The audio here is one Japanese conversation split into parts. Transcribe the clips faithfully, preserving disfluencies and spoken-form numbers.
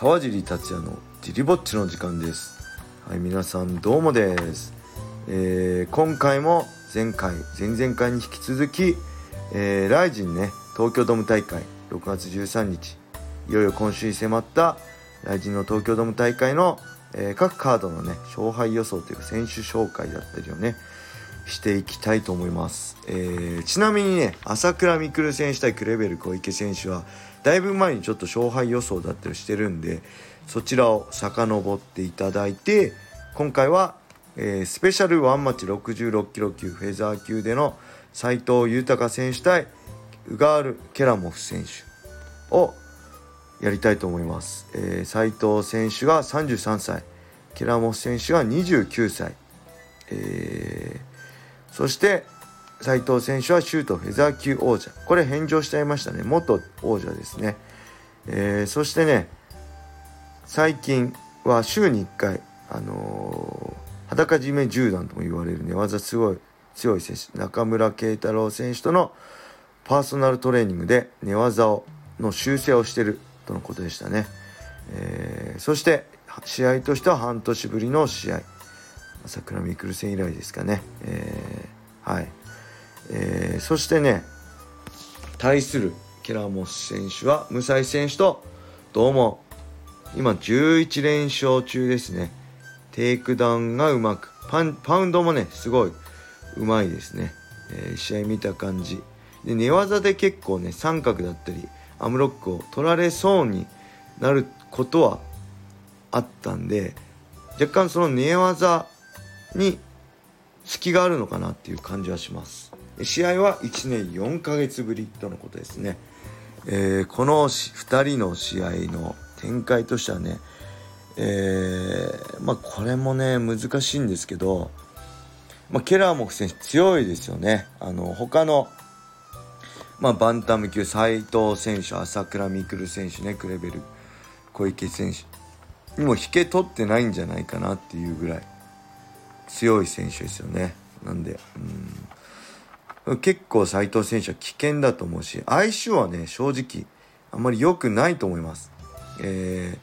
川尻達也のジリぼっちの時間です。はい、皆さんどうもです。えー、今回も前回前々回に引き続き、えー、ライジンね東京ドーム大会ろくがつじゅうさんにち、いよいよ今週に迫ったライジンの東京ドーム大会の、えー、各カードのね勝敗予想というか選手紹介だったりをねしていきたいと思います。えー、ちなみにね朝倉未来選手対クレベル小池選手はだいぶ前にちょっと勝敗予想だったりしてるんで、そちらを遡っていただいて、今回は、えー、スペシャルワンマッチろくじゅうろっキロ級フェザー級での斉藤豊選手対ウガール・ケラモフ選手をやりたいと思います。えー、斉藤選手がさんじゅうさんさい、ケラモフ選手がにじゅうきゅうさい、えー、そして斉藤選手はシュートフェザー級王者、これ返上しちゃいましたね、元王者ですね。えー、そしてね最近は週にいっかい、あのー、裸締め銃弾とも言われる寝技すごい強い選手、中村慶太郎選手とのパーソナルトレーニングで寝技をの修正をしているとのことでしたね。えー、そして試合としては半年ぶりの試合、朝倉未来戦以来ですかね。えー、はい、えー、そしてね対するケラモス選手はムサイ選手とどうも今じゅういちれんしょう中ですね。テイクダウンがうまく、パンパウンドもねすごいうまいですね。えー、試合見た感じで寝技で結構ね三角だったりアムロックを取られそうになることはあったんで、若干その寝技に隙があるのかなっていう感じはします。試合はいちねんよんかげつぶりとのことですね。えー、このふたりの試合の展開としてはね、えー、まあこれもね難しいんですけど、まあ、ケラーモフ選手強いですよね。あの他の、まあ、バンタム級斉藤選手、朝倉未来選手ね、クレベル小池選手にも引け取ってないんじゃないかなっていうぐらい強い選手ですよね。なんでうん結構斉藤選手は危険だと思うし、相性はね正直あんまり良くないと思います。えー、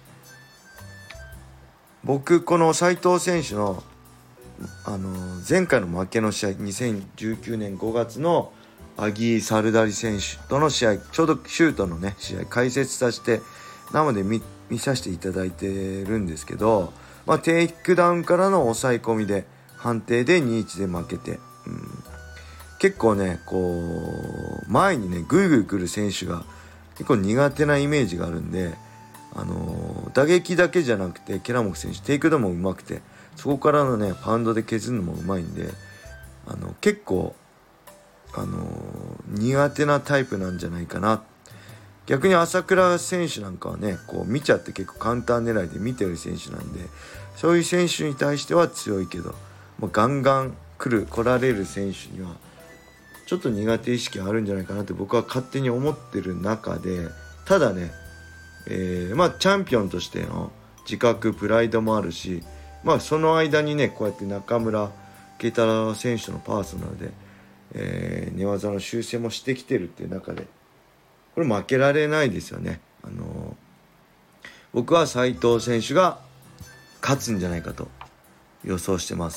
僕この斉藤選手の、あのー、前回の負けの試合にせんじゅうきゅうねんごがつのアギー・サルダリ選手との試合、ちょうどシュートのね試合解説させて生で 見, 見させていただいてるんですけど、まあ、テイクダウンからの抑え込みで判定で にたいいち で負けて、うん、結構ねこう前にねグイグイ来る選手が結構苦手なイメージがあるんで、あのー、打撃だけじゃなくてケラモフ選手テイクダウンも上手くて、そこからのねパウンドで削るのも上手いんで、あの結構、あのー、苦手なタイプなんじゃないかな。逆に朝倉選手なんかはねこう見ちゃって結構カウンター狙いで見てる選手なんで、そういう選手に対しては強いけど、もうガンガン来る来られる選手にはちょっと苦手意識あるんじゃないかなって僕は勝手に思ってる中で、ただね、えー、まあチャンピオンとしての自覚プライドもあるし、まあその間にねこうやって中村慶太郎選手のパーソナルで、えー、寝技の修正もしてきてるっていう中でこれ負けられないですよね。あのー、僕は斉藤選手が勝つんじゃないかと予想してます。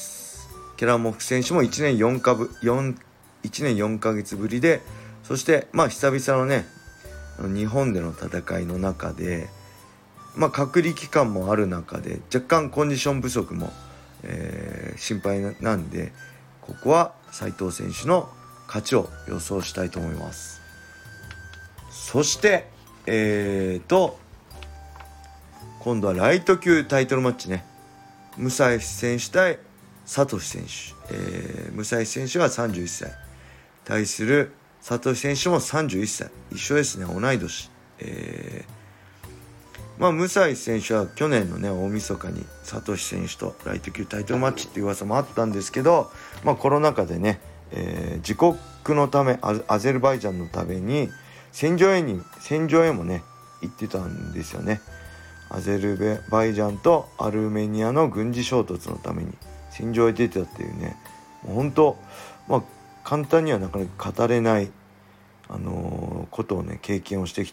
ケラモフ選手もいちねんよんかげつぶりで、そしてまあ久々のね日本での戦いの中で、まあ隔離期間もある中で若干コンディション不足も、えー、心配なんで、ここは斉藤選手の勝ちを予想したいと思います。そしてえーと今度はライト級タイトルマッチね、ムサイ選手対サトシ選手、えー、ムサイ選手がさんじゅういっさい対するサトシ選手もさんじゅういっさい、一緒ですね、同い年。えー、まあムサイ選手は去年のね大晦日にサトシ選手とライト級タイトルマッチっていう噂もあったんですけど、まあコロナ禍でね、えー、自国のため ア, アゼルバイジャンのために戦場へに戦場へもね行ってたんですよね。アゼルバイジャンとアルメニアの軍事衝突のために戦場へ出てたっていうね、もう本当まあ簡単にはなかなか語れない、あのー、ことをね経験をしてきて、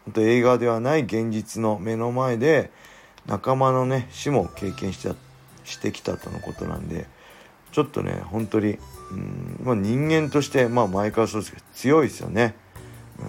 本当映画ではない現実の目の前で仲間のね死も経験したしてきたとのことなんで、ちょっとね本当にうん、まあ、人間としてまあ前からそうですけど強いですよね。うん、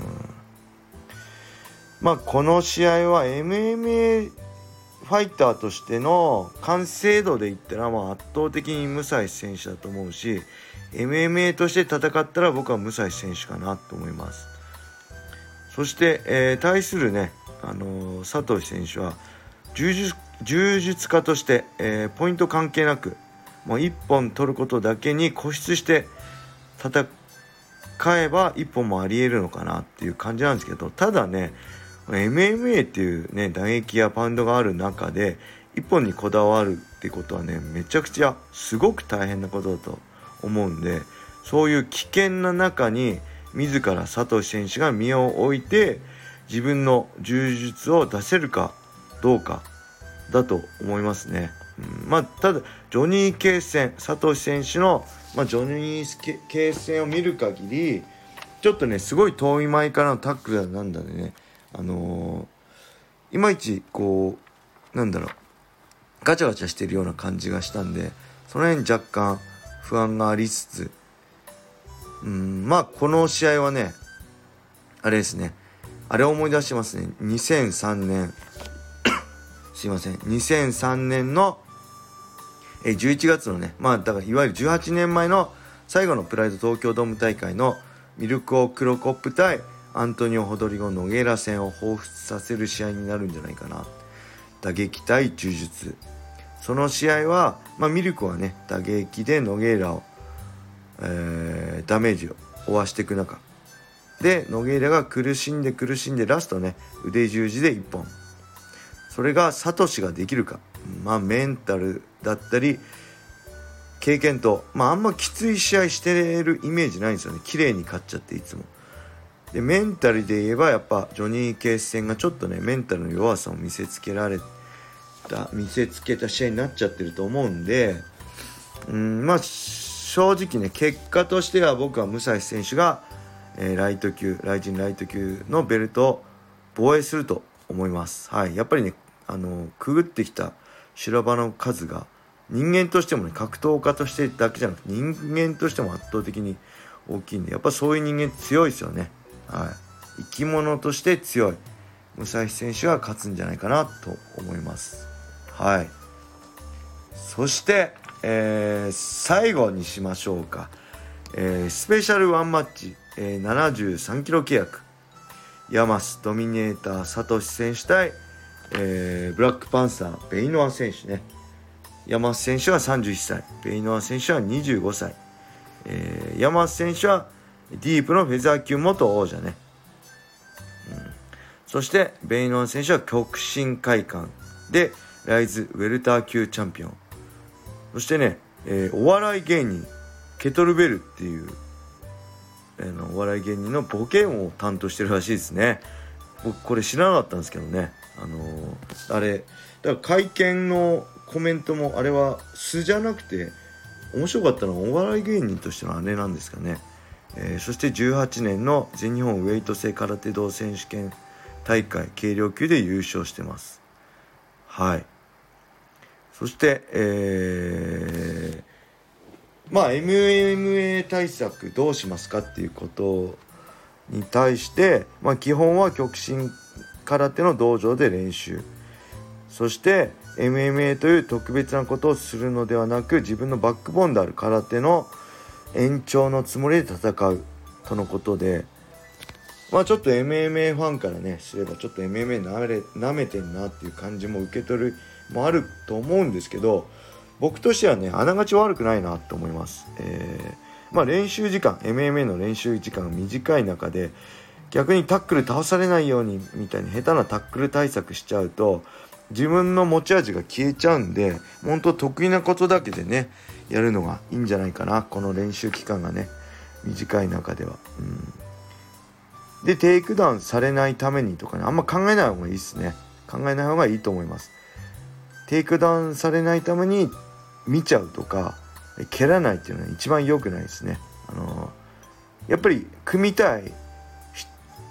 まあこの試合は エムエムエー ファイターとしての完成度で言ったらまあ圧倒的にムサイ選手だと思うし、 エムエムエー として戦ったら僕はムサイ選手かなと思います。そして、えー、対するね、あのー、佐藤選手は柔術、柔術家として、えー、ポイント関係なくもういっぽん取ることだけに固執して戦えばいっぽんもありえるのかなっていう感じなんですけど、ただね エムエムエー っていうね打撃やパウンドがある中でいっぽんにこだわるってことはねめちゃくちゃすごく大変なことだと思うんで、そういう危険な中に自ら佐藤選手が身を置いて自分の柔術を出せるかどうかだと思いますね。うん、まあただジョニーケイ戦佐藤選手の、まあ、ジョニーケイ戦を見る限りちょっとねすごい遠い前からのタックルなんだね、あのー、いまいちこうなんだろうガチャガチャしてるような感じがしたんで、その辺若干不安がありつつ、うん、まあこの試合はねあれですね、あれを思い出しますね。にせんさんねんすいませんにせんさんねんのえじゅういちがつのね、まあだからいわゆるじゅうはちねんまえの最後のプライド東京ドーム大会のミルコ・クロコップ対アントニオ・ホドリゴ・ノゲーラ戦を彷彿させる試合になるんじゃないかな。打撃対柔術、その試合は、まあ、ミルコはね打撃でノゲーラを、えー、ダメージを負わしていく中でノゲーラが苦しんで苦しんでラストね腕十字でいっぽん、それがサトシができるか、まあメンタルだったり経験と、まああんまきつい試合してるイメージないんですよね。綺麗に勝っちゃっていつもで、メンタルで言えばやっぱジョニー・ケイス戦がちょっとねメンタルの弱さを見せつけられた見せつけた試合になっちゃってると思うんで、うんまあ正直ね結果としては僕はムサイ選手が、えー、ライト級ライジンライト級のベルトを防衛すると思います。はい、やっぱりねあのくぐってきた修羅場の数が人間としてもね格闘家としてだけじゃなくて人間としても圧倒的に大きいんで、やっぱそういう人間強いですよね。はい、生き物として強いムサイ選手が勝つんじゃないかなと思います。はい、そして、えー、最後にしましょうか、えー、スペシャルワンマッチ、えー、ななじゅうさんキロ契約ヤマスドミネーターサトシ選手対、えー、ブラックパンサーベイノア選手ね。ヤマス選手はさんじゅういっさい、ベイノア選手はにじゅうごさい、えー、ヤマス選手はディープのフェザー級元王者ね、うん、そしてベイノア選手は極真会館でライズウェルター級チャンピオン、そしてね、えー、お笑い芸人ケトルベルっていう、えー、お笑い芸人のボケを担当してるらしいですね。僕これ知らなかったんですけどね、あのー、あれだから会見のコメントもあれは素じゃなくて面白かったのはお笑い芸人としてのあれなんですかね、えー、そしてじゅうはちねんの全日本ウェイト制空手道選手権大会軽量級で優勝してます。はい、そして、えー、まあ エムエムエー 対策どうしますかっていうことに対して、まあ、基本は極真空手の道場で練習、そして エムエムエー という特別なことをするのではなく自分のバックボーンである空手の延長のつもりで戦うとのことで、まあちょっと エムエムエー ファンからねすればちょっと エムエムエー なめれなめてんなっていう感じも受け取るもあると思うんですけど、僕としてはねあながち悪くないなと思います。えー、まあ練習時間 エムエムエー の練習時間が短い中で逆にタックル倒されないようにみたいに下手なタックル対策しちゃうと自分の持ち味が消えちゃうんで、本当得意なことだけでねやるのがいいんじゃないかな、この練習期間がね短い中では。うん、でテイクダウンされないためにとかねあんま考えない方がいいですね。考えない方がいいと思います。テイクダウンされないために見ちゃうとか蹴らないっていうのは一番良くないですね。あのー、やっぱり組みたい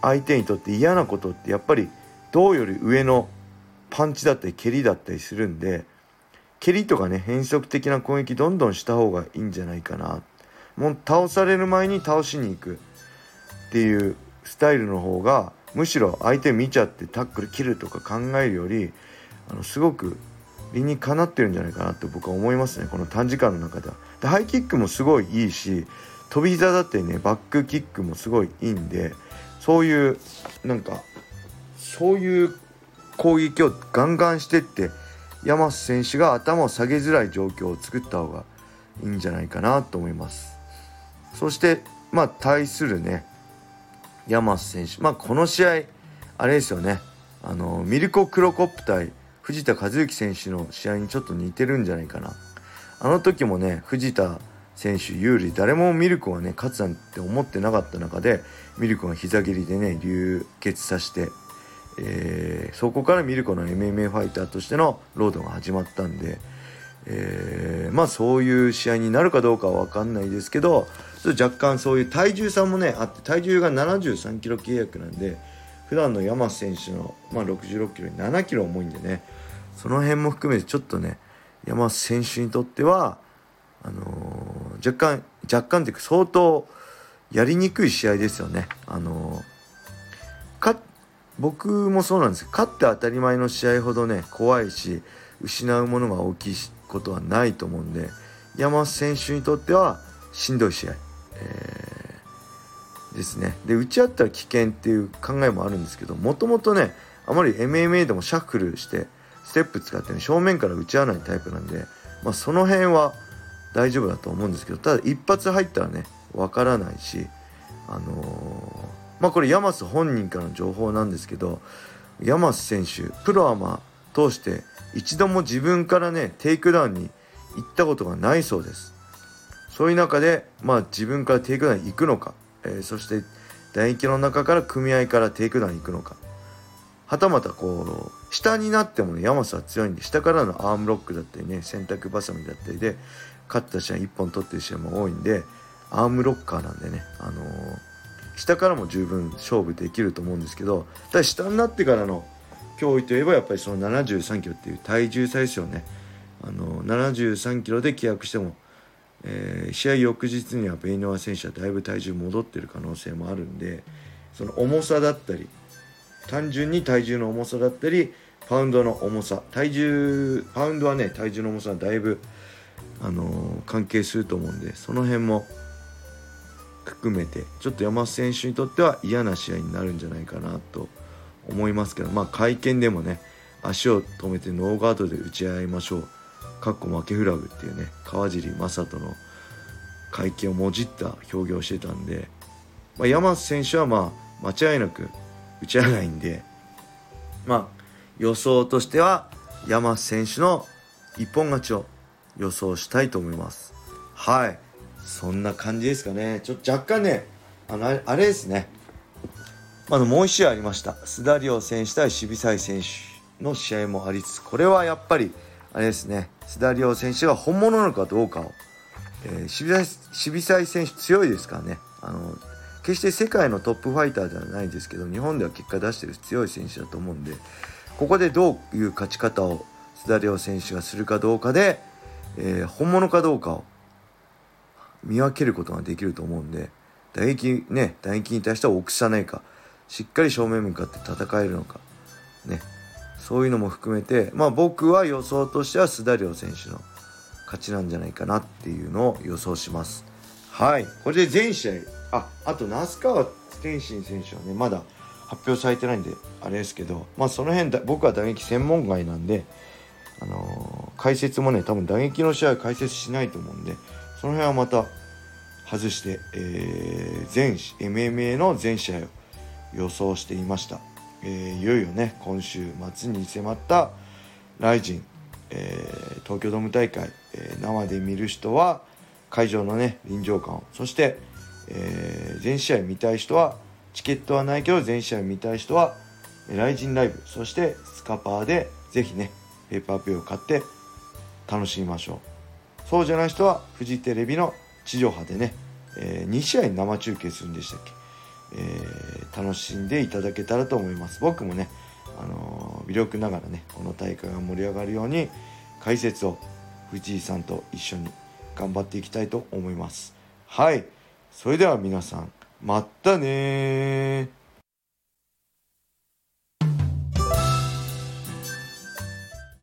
相手にとって嫌なことってやっぱり胴より上のパンチだったり蹴りだったりするんで、蹴りとかね変則的な攻撃どんどんした方がいいんじゃないかな。もう倒される前に倒しに行くっていうスタイルの方がむしろ相手見ちゃってタックル切るとか考えるよりあのすごく理にかなってるんじゃないかなって僕は思いますね、この短時間の中では。でハイキックもすごいいいし、飛び膝だってねバックキックもすごいいいんで、そういうなんかそういう攻撃をガンガンしてって山瀬選手が頭を下げづらい状況を作った方がいいんじゃないかなと思います。そしてまあ対するね山瀬選手、まあこの試合あれですよね、あのミルコ・クロコップ対藤田和幸選手の試合にちょっと似てるんじゃないかな。あの時もね藤田選手有利、誰もミルコがね勝つなんて思ってなかった中でミルコが膝蹴りでね流血させて、えー、そこからミルコの エムエムエー ファイターとしてのロードが始まったんで、えー、まあそういう試合になるかどうかは分かんないですけど、若干そういう体重差もねあって、体重がななじゅうさんキロ契約なんで普段の山瀬選手の、まあ、ろくじゅうろっキロにななキロ重いんでね、その辺も含めてちょっとね山瀬選手にとってはあのー、若干若干というか相当やりにくい試合ですよね。あのー、か僕もそうなんですけど、勝って当たり前の試合ほどね怖いし失うものが大きいことはないと思うんで、山瀬選手にとってはしんどい試合、えー、ですね。で打ち合ったら危険っていう考えもあるんですけど、もともとねあまり エムエムエー でもシャッフルしてステップ使って、ね、正面から打ち合わないタイプなんで、まあ、その辺は大丈夫だと思うんですけど、ただ一発入ったらねわからないし、あのー、まあこれ山瀬本人からの情報なんですけど、山瀬選手プロアマ通して一度も自分からねテイクダウンに行ったことがないそうです。そういう中で、まあ、自分からテイクダウンに行くのか、えー、そして打撃の中から組合からテイクダウンに行くのか、はたまたこう下になってもね山瀬は強いんで、下からのアームロックだったりね洗濯バサミだったりで勝った試合いっぽん取ってる試合も多いんで、アームロッカーなんでね、あのー、下からも十分勝負できると思うんですけど、ただ下になってからの脅威といえばやっぱりそのななじゅうさんキロっていう体重差ですよね。あのー、ななじゅうさんキロで規約しても、えー、試合翌日にはベイノワ選手はだいぶ体重戻ってる可能性もあるんで、その重さだったり単純に体重の重さだったりパウンドの重さ、体重パウンドはね体重の重さはだいぶあのー、関係すると思うんで、その辺も含めてちょっと山瀬選手にとっては嫌な試合になるんじゃないかなと思いますけど、まあ会見でもね足を止めてノーガードで打ち合いましょうかっこ負けフラグっていうね川尻正人の会見をもじった表現をしてたんで、まあ、山瀬選手はまあ間違いなく打ち合わないんで、まあ予想としては山瀬選手の一本勝ちを予想したいと思います。はい、そんな感じですかね。ちょっと若干ねあのあれですね、あのもう一試合ありました。須田遼選手対渋沢選手の試合もありつつ、これはやっぱりあれですね、須田遼選手が本物なのかどうかを、えー、渋沢、渋沢選手強いですからね、あの決して世界のトップファイターではないですけど日本では結果出してる強い選手だと思うんで、ここでどういう勝ち方を須田遼選手がするかどうかで、えー、本物かどうかを見分けることができると思うんで、打撃ね打撃に対しては臆さないか、しっかり正面向かって戦えるのかね、そういうのも含めて、まあ僕は予想としては須田遼選手の勝ちなんじゃないかなっていうのを予想します。はい、これで全試合、ああと那須川天心選手はねまだ発表されてないんであれですけど、まあその辺だ僕は打撃専門外なんで、あのー、解説もね多分打撃の試合解説しないと思うんで、その辺はまた外して、えー、全 エムエムエー の全試合を予想していました。えー、いよいよね今週末に迫ったライジン、えー、東京ドーム大会、えー、生で見る人は会場のね臨場感を、そして、えー、全試合見たい人はチケットはないけど全試合見たい人はライジンライブ、そしてスカパーでぜひねペーパービューを買って楽しみましょう。そうじゃない人はフジテレビの地上波でね、えー、に試合生中継するんでしたっけ、えー、 楽しんでいただけたらと思います。僕もね、あのー、微力ながらねこの大会が盛り上がるように解説を藤井さんと一緒に頑張っていきたいと思います。はい、それでは皆さんまたね。